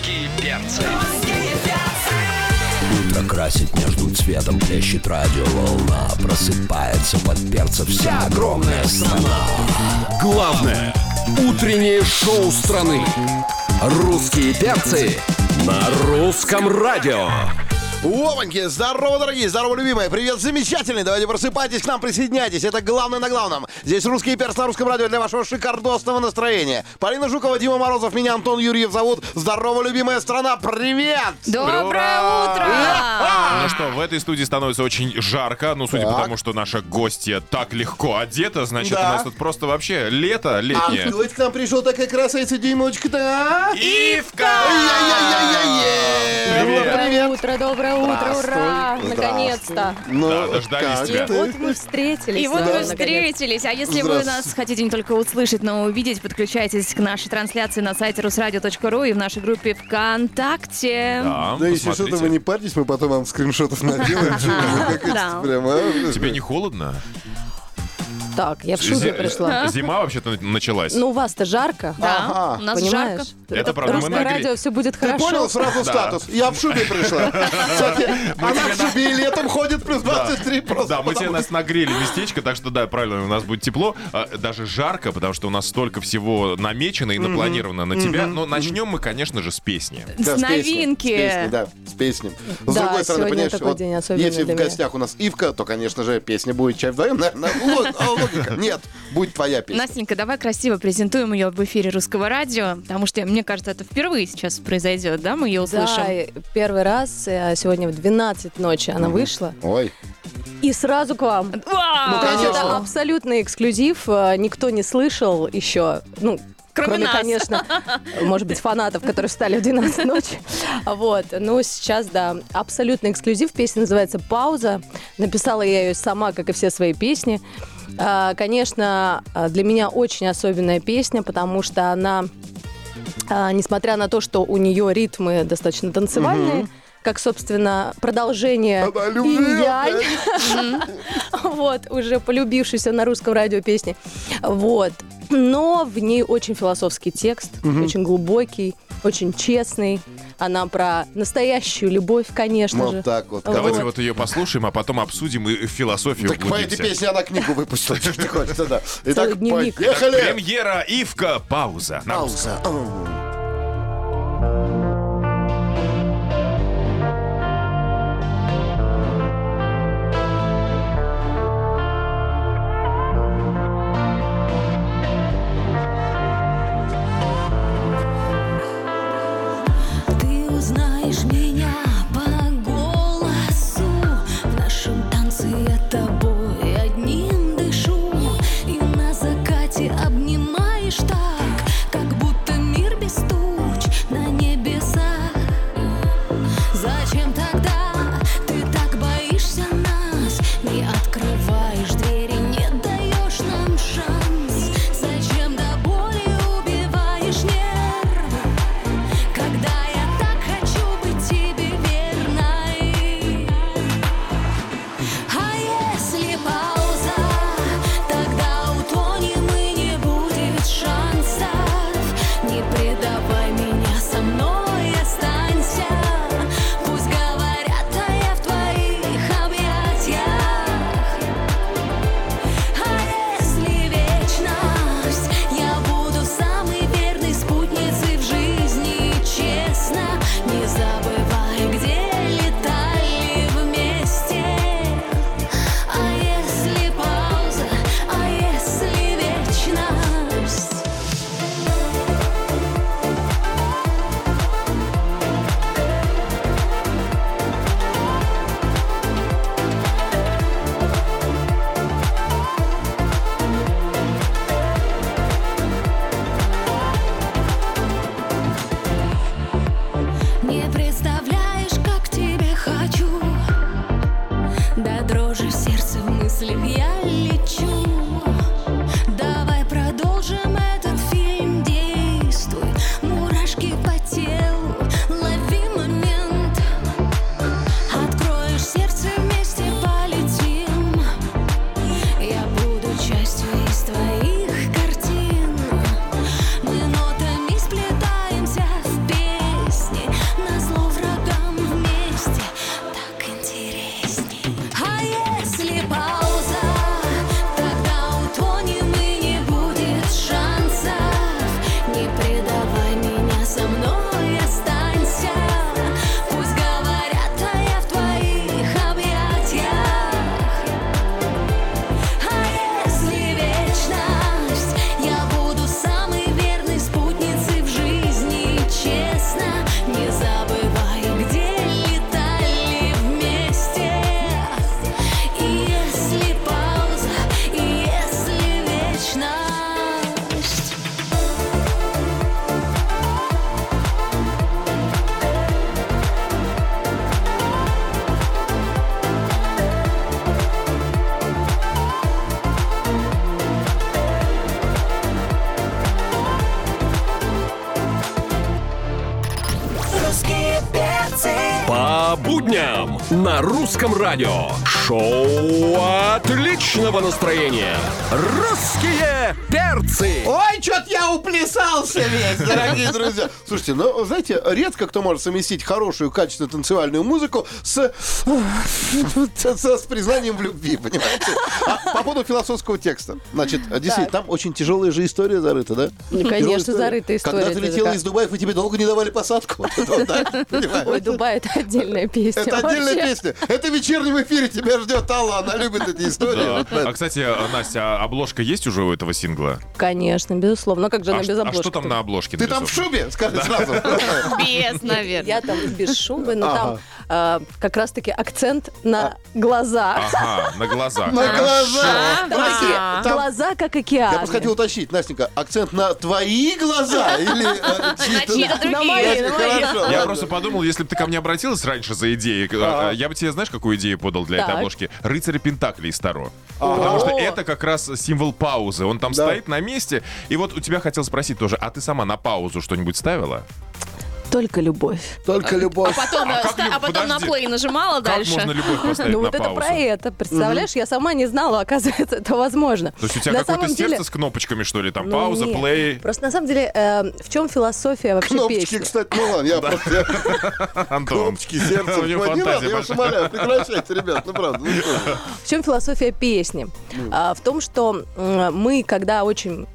Русские перцы. Утро красит между цветом, плещет радиоволна. Просыпается под перца вся огромная страна. Главное утреннее шоу страны. Русские перцы на русском радио. Опаньки, здорово, дорогие, здорово, любимые, привет, замечательный, давайте просыпайтесь к нам, присоединяйтесь, это главное на главном. Здесь русские перцы на русском радио для вашего шикардосного настроения. Полина Жукова, Дима Морозов, меня Антон Юрьев зовут. Здорово, любимая страна, привет! Доброе утро! Ну что, в этой студии становится очень жарко, ну, судя по тому, что наша гостья так легко одета, значит, Да. у нас тут просто вообще лето летнее. А кто это к нам пришел, такая красавица, Димочка-то? Ивка! Доброе утро, доброе утро, ура! Здравствуй. Наконец-то! Ну, Да, дождались как тебя. ты? Вот мы встретились. И вот да, вы наконец. встретились. А если вы нас хотите не только услышать, но и увидеть, подключайтесь к нашей трансляции на сайте rusradio.ru и в нашей группе ВКонтакте. Да, Да, если посмотрите. что-то вы не парьтесь, мы потом вам скриншотов наделаем. Да. Тебе не холодно? Так, я в шубе пришла. Зима вообще-то началась. Ну, у вас-то жарко. Да, Ага. у нас Понимаешь? жарко. Это правда, мы Русское нагрели. радио, все будет Ты хорошо. понял сразу статус? Я в шубе пришла. Кстати, она в шубе и летом ходит плюс 23 просто. Да, мы тебе потому нас нагрели местечко, так что да, правильно, у нас будет тепло, даже жарко, потому что у нас столько всего намечено и напланировано на тебя. Но начнем мы, конечно же, с песни. Да, С песней. новинки. С песней, да, с песней. С Да, другой стороны, сегодня понимаешь, такой вот день особенный если для в меня. гостях у нас Ивка, то, конечно же, песня будет «Чай вдвоем». Наверное, логика. Нет, будет твоя песня. Настенька, давай красиво презентуем ее в эфире Русского радио, потому что, мне кажется, это впервые сейчас произойдет, да, мы ее услышим. Да, и первый раз сегодня в 12 ночи она вышла. Ой. И сразу к вам. Вау! То есть конечно. это абсолютный эксклюзив. Никто не слышал еще. Ну, Кроме нас. конечно, может быть, фанатов, которые встали в 12 ночи. Вот. Но сейчас, да, абсолютный эксклюзив. Песня называется «Пауза». Написала я ее сама, как и все свои песни. Конечно, для меня очень особенная песня, потому что она, несмотря на то, что у нее ритмы достаточно танцевальные, как, собственно, продолжение Она любит. инь-янь, вот, уже полюбившейся на русском радио песни. Вот. Но в ней очень философский текст, очень глубокий, очень честный. Она про настоящую любовь, конечно же. Вот так вот. Давайте Вот. вот ее послушаем, а потом обсудим и в философию Так по этой углубимся. песне она книгу выпустила. Что ж ты хочешь, да? Итак, Целый дневник. поехали. Премьера Ивка, пауза. На русском. Пауза. Ты узнаешь меня по голосу. В нашем танце я тобой одним дышу. И на закате обнимаешь так, как будто мир без По будням на русском радио. Шоу отличного настроения. Русские перцы. Ой, что-то я уплясался весь, дорогие друзья. Слушайте, ну, знаете, редко кто может совместить хорошую, качественную танцевальную музыку с признанием в любви, понимаете? А по поводу философского текста. Значит, действительно, там очень тяжелая же история зарыта, да? Ну, конечно, зарытая история. Когда ты летела из Дубая, и тебе долго не давали посадку. Ой, Дубай — это отдельная песня. Это отдельная вообще. песня. Это в вечернем эфире тебя ждет Алла. Она любит эти истории. А, кстати, Настя, обложка есть уже у этого сингла? Конечно, безусловно. Но как же она без А обложки? что там на обложке Ты там в нарисовано? шубе? Скажи сразу. Без, наверное. Я там без шубы, но там как раз-таки акцент на глаза. Ага, на глазах. На Хорошо. глаза. Прости, там- Глаза как океан. Я просто хотел уточнить, Настенька, акцент на твои глаза или На чьи-то На другие. мои, на мои. Хорошо, Я ладно. просто подумал, если бы ты ко мне обратилась раньше за идеей, я бы тебе, знаешь, какую идею подал для этой Так. обложки? Рыцаря Пентаклей из Таро. Потому что это как раз символ паузы. Он там Да. стоит на месте. И вот у тебя хотел спросить тоже, а ты сама на паузу что-нибудь ставила? Только любовь. Только любовь. Потом, А как а потом на подожди. плей нажимала Как дальше. можно любовь поставить Ну на вот это паузу? про это. Представляешь, я сама не знала, оказывается, это возможно. То есть у тебя На какое-то самом деле- сердце с кнопочками, что ли? Там Ну, пауза, нет. плей. Просто на самом деле, в чем философия вообще Кнопочки, песни? кстати, ну ладно, я просто... Антон. Кнопочки, сердце. У него Не надо, фантазия я вас большая. умоляю, прекращайте, ребят, ну правда. ну что. В чем философия песни? В том, что мы, когда очень,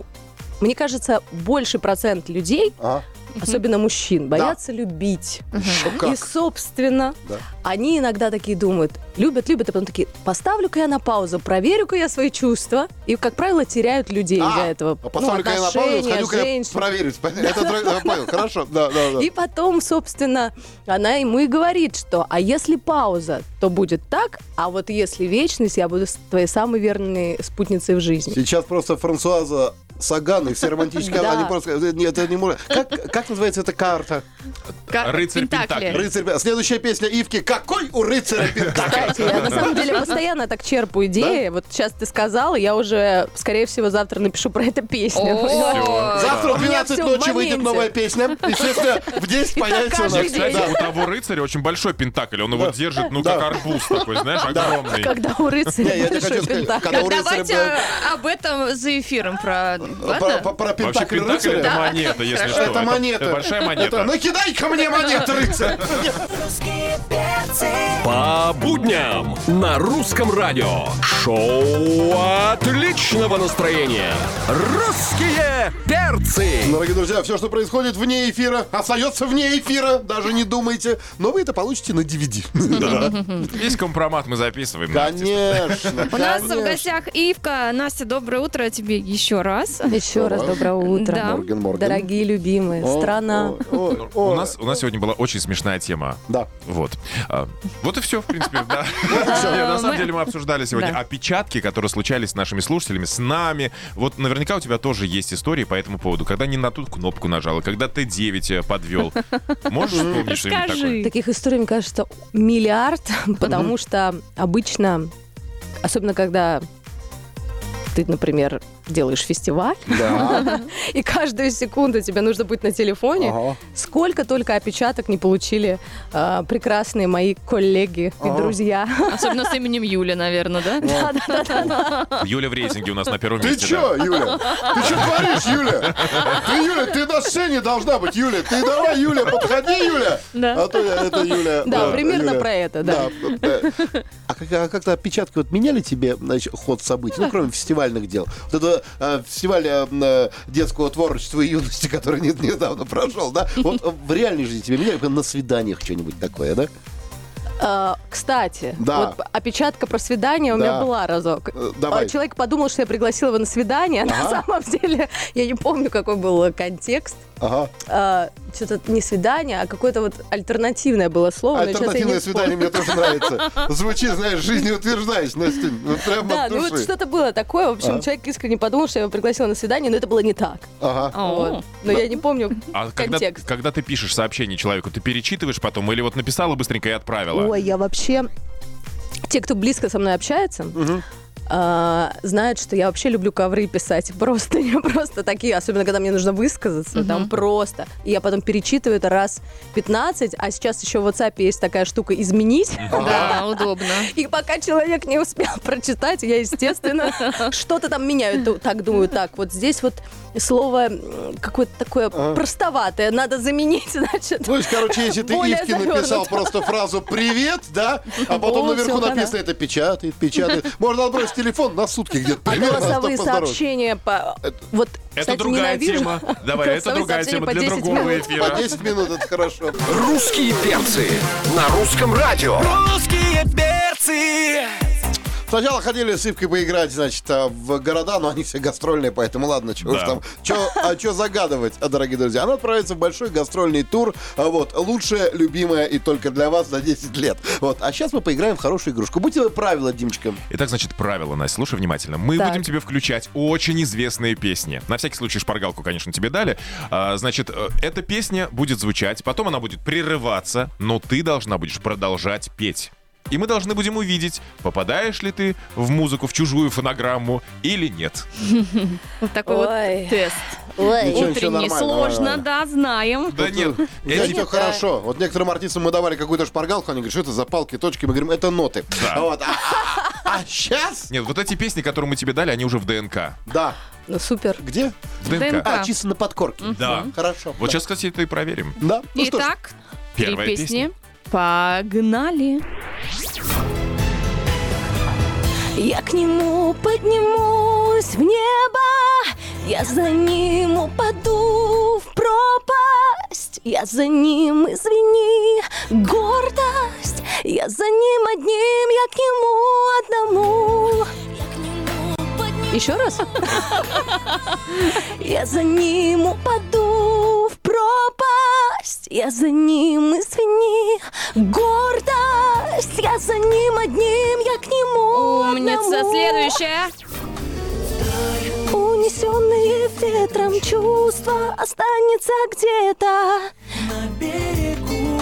мне кажется, больший процент людей, Ага. особенно мужчин, боятся любить. Еще как. И, собственно, Да. они иногда такие думают, любят, а потом такие, поставлю-ка я на паузу, проверю-ка я свои чувства. И, как правило, теряют людей из-за этого. А поставлю-ка я на паузу, отношения, сходю-ка я женщин. проверить. Я понял, хорошо, да. И потом, собственно, она ему и говорит, что а если пауза, то будет так, а вот если вечность, я буду твоей самой верной спутницей в жизни. Сейчас просто Франсуаза Саган и все романтические... Да. Они просто... Нет, это не может... Как называется эта карта? Рыцарь Пентакли. Пентакли. Рыцарь... Следующая песня Ивки. Какой у рыцаря Пентакли? Кстати, я на самом деле постоянно так черпаю идеи. Вот сейчас ты сказала, я уже, скорее всего, завтра напишу про это песню. О, Завтра в У меня 12 всё в ночи выйдет моменте. новая песня. Естественно, в 10 появится у нас. каждый Кстати, день. у того рыцаря очень большой пентакль. Он его держит, ну, Да. как арбуз такой, знаешь, огромный. Когда у рыцаря Не, я тебе большой хочу сказать, пентакль. когда у рыцаря Давайте был- об этом за эфиром про... Ладно? Про Вообще Пентакль Пентакль это рыцаря. монета, если что. Это монета. Это большая Это монета. накидай-ка мне монет, рыцарь. Русские перцы. По будням на русском радио. Шоу отличного настроения. Русские перцы. Дорогие друзья, все, что происходит вне эфира, остается вне эфира. Даже не думайте. Но вы это получите на DVD. Весь компромат мы записываем. Настя. Конечно. У нас в гостях Ивка. Настя, доброе утро тебе еще раз. Еще раз доброе утро. Да. Морген. Дорогие любимые, страна. У нас сегодня была очень смешная тема. Да. Вот. Вот и все, в принципе, да. На самом деле мы обсуждали сегодня Да. опечатки, которые случались с нашими слушателями, с нами. Вот наверняка у тебя тоже есть истории по этому поводу. Когда не на ту кнопку нажала, когда Т9 подвел. Можешь вспомнить что-нибудь такое? Расскажи. Таких историй, мне кажется, миллиард, потому что обычно, особенно когда ты, например, делаешь фестиваль, Да. и каждую секунду тебе нужно быть на телефоне, Ага. сколько только опечаток не получили прекрасные мои коллеги и друзья. Особенно с именем Юля, наверное, да? Юля в рейтинге у нас на первом Ты месте. чё, Юля? Ты что творишь, Юля? Ты на сцене должна быть, Юля. Ты давай, Юля, подходи, Юля. Да. А то это Юля. Да, примерно Юля. про это, да. А как-то опечатки вот меняли тебе, значит, ход событий? Ну, кроме фестивальных дел. Вот это фестиваль детского творчества и юности, который недавно прошел, да? Вот в реальной жизни тебе меняли на свиданиях что-нибудь такое, да? Кстати, Да. вот опечатка про свидание у меня Да. была разок. Давай. Человек подумал, что я пригласила его на свидание, а на самом деле я не помню, какой был контекст. Ага. Что-то не свидание, а какое-то вот альтернативное было слово. но сейчас я не Альтернативное вспомню. свидание мне тоже нравится. Звучит, знаешь, жизнеутверждающе, Настя. Вот прямо Да, от ну вот души. что-то было такое. В общем, человек искренне подумал, что я его пригласила на свидание, но это было не так. Ага. Вот. Но я не помню А контекст. когда ты пишешь сообщение человеку, ты перечитываешь потом или вот написала быстренько и отправила? Ой, я вообще... Те, кто близко со мной общается, знают, что я вообще люблю ковры писать. Просто такие, особенно когда мне нужно высказаться, там просто. И я потом перечитываю это раз 15, а сейчас еще в WhatsApp есть такая штука «изменить». Да, удобно. И пока человек не успел прочитать, я, естественно, что-то там меняю. Так думаю, так, вот здесь вот слово какое-то такое простоватое, надо заменить, значит. Ну, короче, если ты более Ивке написал завернуто. просто фразу «Привет», да, а потом О, наверху всё, написано да. это печатает. Можно отбросить телефон на сутки где-то. А примерно, голосовые поздороваться. сообщения вот, Это кстати, другая ненавижу. тема. Давай, это Голосовые другая сообщения тема по для 10 другого минут. эфира. По 10 минут, это хорошо. Русские перцы на русском радио. Русские перцы. Сначала ходили с Ивкой поиграть, значит, в города, но они все гастрольные, поэтому ладно, что уж Да. там, что загадывать, дорогие друзья. Она отправится в большой гастрольный тур, вот, лучшая, любимая и только для вас за 10 лет. Вот, а сейчас мы поиграем в хорошую игрушку. Будьте вы правила, Димочка. Итак, значит, правила, Настя, слушай внимательно. Мы Так. будем тебе включать очень известные песни. На всякий случай шпаргалку, конечно, тебе дали. Значит, эта песня будет звучать, потом она будет прерываться, но ты должна будешь продолжать петь. И мы должны будем увидеть, попадаешь ли ты в музыку, в чужую фонограмму или нет. Вот такой Ой. вот тест. Ой. Ничего, Утренний, нормально, сложно, нормально. да, знаем. Да нет, Это эти- все хорошо. Вот некоторым артистам мы давали какую-то шпаргалку, они говорят, что это за палки, точки. Мы говорим, это ноты. Да. Вот. А сейчас? Нет, вот эти песни, которые мы тебе дали, они уже в ДНК. Да. Ну, супер. Где? В ДНК. ДНК. А, чисто на подкорке. Да. Хорошо. Вот да. сейчас, кстати, это и проверим. Да. Ну что ж, Итак, три Первая песни. песня. Погнали. Я к нему поднимусь в небо, я за ним упаду в пропасть, я за ним, извини, гордость, я за ним одним, я к нему одному. Еще раз. Я за ним упаду в пропасть, я за ним, извини, гордость, я за ним одним, я к нему Умница. одному. Следующая. Унесенные ветром чувства останется где-то на берегу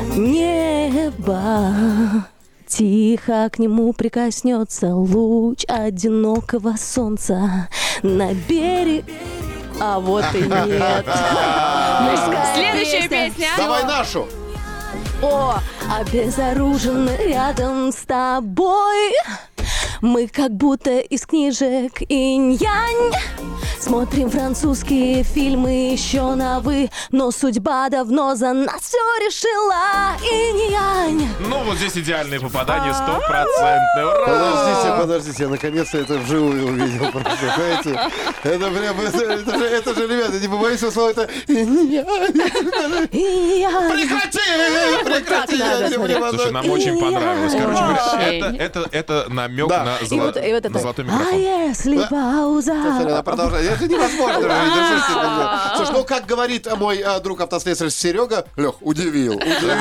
неба. Тихо к нему прикоснется луч одинокого солнца на берег. А вот и нет. Мужская Следующая песня. давай нашу. О, обезоружены рядом с тобой. Мы как будто из книжек инь-янь. Смотрим французские фильмы еще на «вы», но судьба давно за нас все решила. Инь-янь. Ну, вот здесь идеальные попадания, 100%. Ура! Подождите, я наконец-то это вживую увидел. Просто, понимаете? Это прям, это же, ребята, не побоюсь этого слова, это... Инь-янь. Прекрати! надо, Я не смотри. понимаю. Слушай, нам очень понравилось. Короче Ой. говоря, это намек Да. на И вот это. на золотой А микрофон. если Смотри, пауза? она продолжает. Это невозможно. Слушай, ну как говорит мой друг автослесарь Серега, Лех, удивил.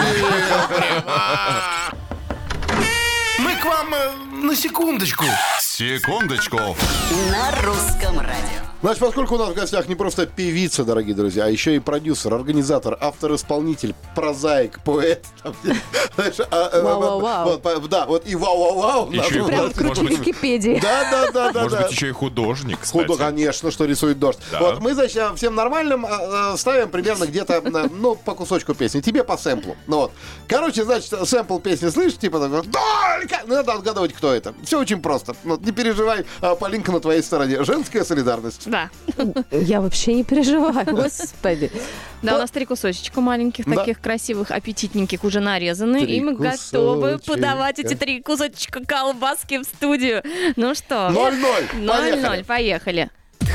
Мы к вам на секундочку. Секундочку. На русском радио. Значит, поскольку у нас в гостях не просто певица, дорогие друзья, а еще и продюсер, организатор, автор-исполнитель, прозаик, поэт. Там, знаешь, Вау-вау-вау. вот, да, вот и вау-вау-вау. Еще и надо Прям Может крути быть- Википедии. Да. Может быть, еще и художник, кстати. Конечно, что рисует дождь. Да. Вот мы, значит, всем нормальным ставим примерно где-то, ну, по кусочку песни. Тебе по сэмплу. Ну вот. Короче, значит, сэмпл песни слышишь, типа такой, «Только!» Ну, надо отгадывать, кто это. Все очень просто. Ну, не переживай, Полинка на твоей стороне. Женская солидарность. Да. Я вообще не переживаю, господи. Да, у нас 3 кусочка маленьких, Да. таких красивых, аппетитненьких уже нарезаны. 3 И мы готовы кусочка. подавать эти 3 кусочка колбаски в студию. Ну что? 0-0. 0-0, поехали.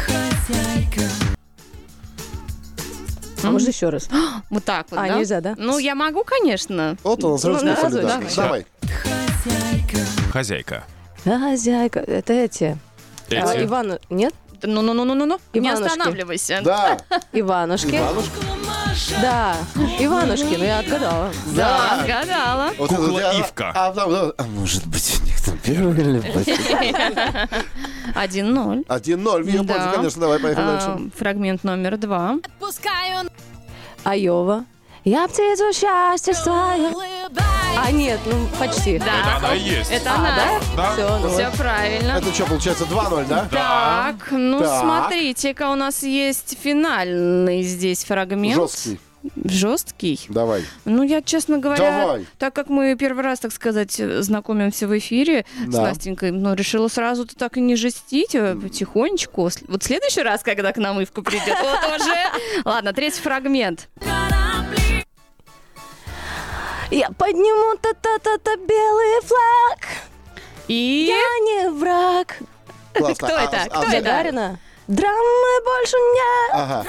А можно еще раз? Вот так вот, А, да? нельзя, да? Ну, я могу, конечно. Вот он, женская сразу, солидарность. давай. Давай. Хозяйка. Хозяйка, это эти. Эти. Иван, нет? Ну. Не Иванушки. останавливайся. Да. Иванушки. Иванушка. Да, Иванушки, ну я отгадала. Да, отгадала. Вот Кукла это, Ивка. А может быть, у них там первый или 1-0. 1-0. В ее пользу, Да. конечно. Давай, поехали дальше. Фрагмент номер 2. Айова. Я птицу счастья свою. А, нет, ну почти. Да. Это она и есть. Это она. Да. Все, ну Все вот. правильно. Это что, получается 2-0, да? Так, ну Так. смотрите-ка, у нас есть финальный здесь фрагмент. Жесткий. Жесткий? Давай. Ну, я, честно говоря, Давай. так как мы первый раз, так сказать, знакомимся в эфире с Да. Настенькой, ну, решила сразу-то так и не жестить, потихонечку. Вот в следующий раз, когда к нам Ивка придет, вот уже. Ладно, третий фрагмент. Я подниму та-та-та-та белый флаг. И... Я не враг. Классно. Кто это? Кто это? Гагарина. Драмы больше нет. Ага.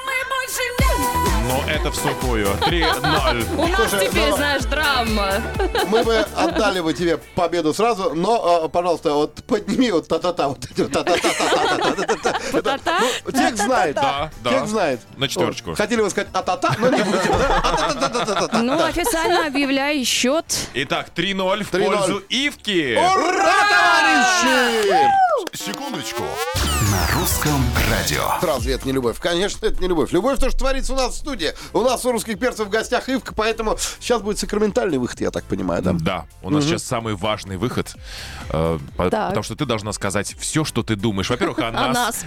Но это в сухую. 3-0. У нас Слушай, теперь, ну- знаешь, драма. Мы бы отдали бы тебе победу сразу, но, пожалуйста, вот подними вот та-та-та, вот эти вот та-та-та-та-та-та-та. Та-та? Ну, текст знает. Да, да. Текст знает. На четверочку. Вот. Хотели бы сказать а-та-та, но не будем. да? А-та-та-та-та-та-та. Ну, официально объявляю счет. Итак, 3-0 в 3-0. пользу Ивки. Ура, товарищи! Секундочку. На русском радио. Разве это не любовь? Конечно, это не любовь. Любовь то, что творится у нас в студии. У нас у русских перцев в гостях Ивка, поэтому сейчас будет сакраментальный выход, я так понимаю, да? Да, у нас сейчас самый важный выход, потому что ты должна сказать все, что ты думаешь. Во-первых, о А нас. нас.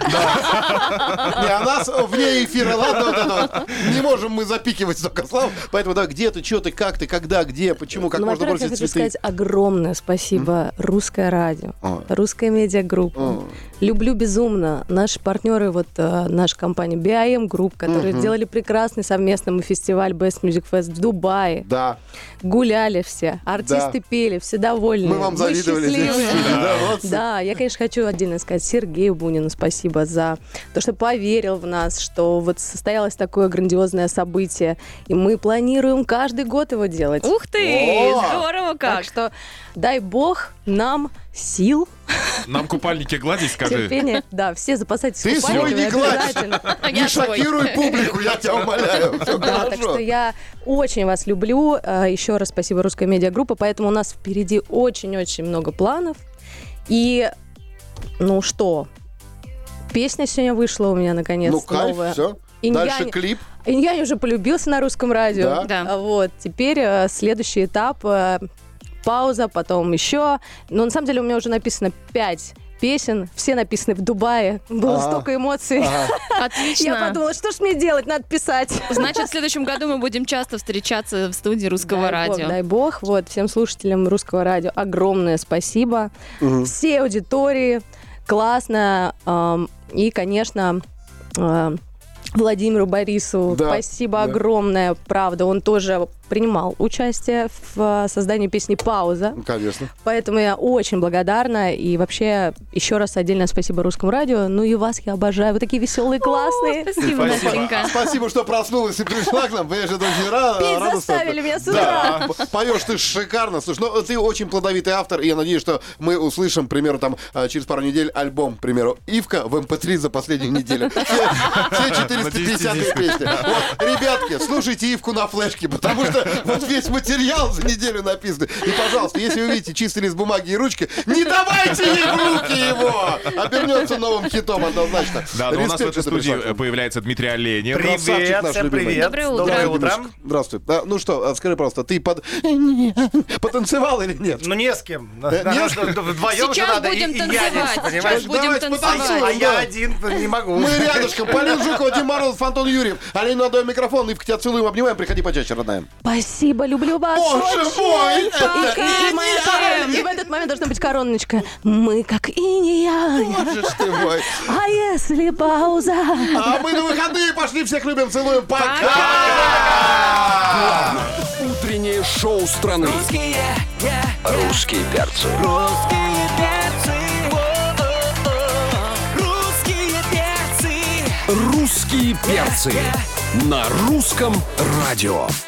Не, а нас вне эфира, ладно, вот это вот. Не можем мы запикивать столько слов, поэтому да, где ты, что ты, как ты, когда, где, почему, как Ну, можно во-первых, я бросить хочу цветы. сказать огромное спасибо Русское радио, Русская медиагруппа. Люблю безумно. Наши партнеры, вот наша компания BIM Group, которые делали прекрасный совместный фестиваль Best Music Fest в Дубае. Да, Гуляли все, артисты пели, все довольны. мы вам завидовали здесь. счастливы. Да, вот. Да, я, конечно, хочу отдельно сказать Сергею Бунину спасибо за то, что поверил в нас, что вот состоялось такое грандиозное событие, и мы планируем каждый год его делать. Ух ты, О! здорово как. Так что дай бог нам сил, Нам купальники гладить, скажи. терпения. Да, все запасайтесь Ты свой купальниками не гладь. обязательно. Не шокируй публику, я тебя умоляю. Всё Да, так хорошо. что я очень вас люблю. Еще раз спасибо Русская медиагруппа. Поэтому у нас впереди очень-очень много планов. И, ну что, песня сегодня вышла у меня наконец Ну, кайф, новая. все. Иньянь- Дальше клип. Иньянь уже полюбился на Русском радио. Да? Да. Вот, теперь следующий этап, пауза, потом еще. Но на самом деле у меня уже написано 5 песен, все написаны в Дубае. Было столько эмоций. Отлично. Я подумала, что ж мне делать, надо писать. Значит, в следующем году мы будем часто встречаться в студии Русского радио. Дай бог. Вот, всем слушателям Русского радио огромное спасибо. Всей аудитории. Классно. И, конечно, Владимиру Борису Да, спасибо да. огромное. Правда, он тоже принимал участие в создании песни «Пауза». Ну, конечно. Поэтому я очень благодарна. И вообще, еще раз отдельное спасибо Русскому радио. Ну и вас я обожаю. Вы такие веселые, классные. Спасибо, Настенька. Спасибо, что проснулась и пришла к нам. Понимаешь, это очень Петь радостно. заставили меня с утра. Да, поешь ты шикарно. Слушай, ну ты очень плодовитый автор, и я надеюсь, что мы услышим, к примеру, там через пару недель альбом, к примеру, Ивка в MP3 за последнюю неделю. Все 450 песни. Вот, ребятки, слушайте Ивку на флешке, потому что вот весь материал за неделю написан. И, пожалуйста, если вы видите чистый лист бумаги и ручки, не давайте ей в руки его! Обернется новым хитом однозначно. Да, но у нас в Респект, этой что ты студии пришла. появляется Дмитрий Оленев. Красавчик Привет, наш всем любимый. привет. Доброе утро. Доброе утро. Здравствуй. Да, ну что, скажи просто, ты потанцевал или нет? Ну не с кем. Не с кем? Вдвоем же Сейчас надо будем и я танцевать. есть, понимаешь? Сейчас будем Давайте танцевать. потанцуем. А я да. один не могу. Мы рядышком. Полин Жукова, Дима Морозов, Антон Юрьев. Алина, отдай микрофон. Ивка, тебя целуем, обнимаем. Приходи почаще, родная. Спасибо, люблю вас. Боже очень. мой! И моя корона. И в этот момент должна быть короночка. Мы как инь-янь. Боже ж ты мой. А если пауза? А мы на выходные пошли. Всех любим, целуем. Пока! Утреннее шоу страны. Русские Русские перцы. перцы. Русские перцы. На русском радио.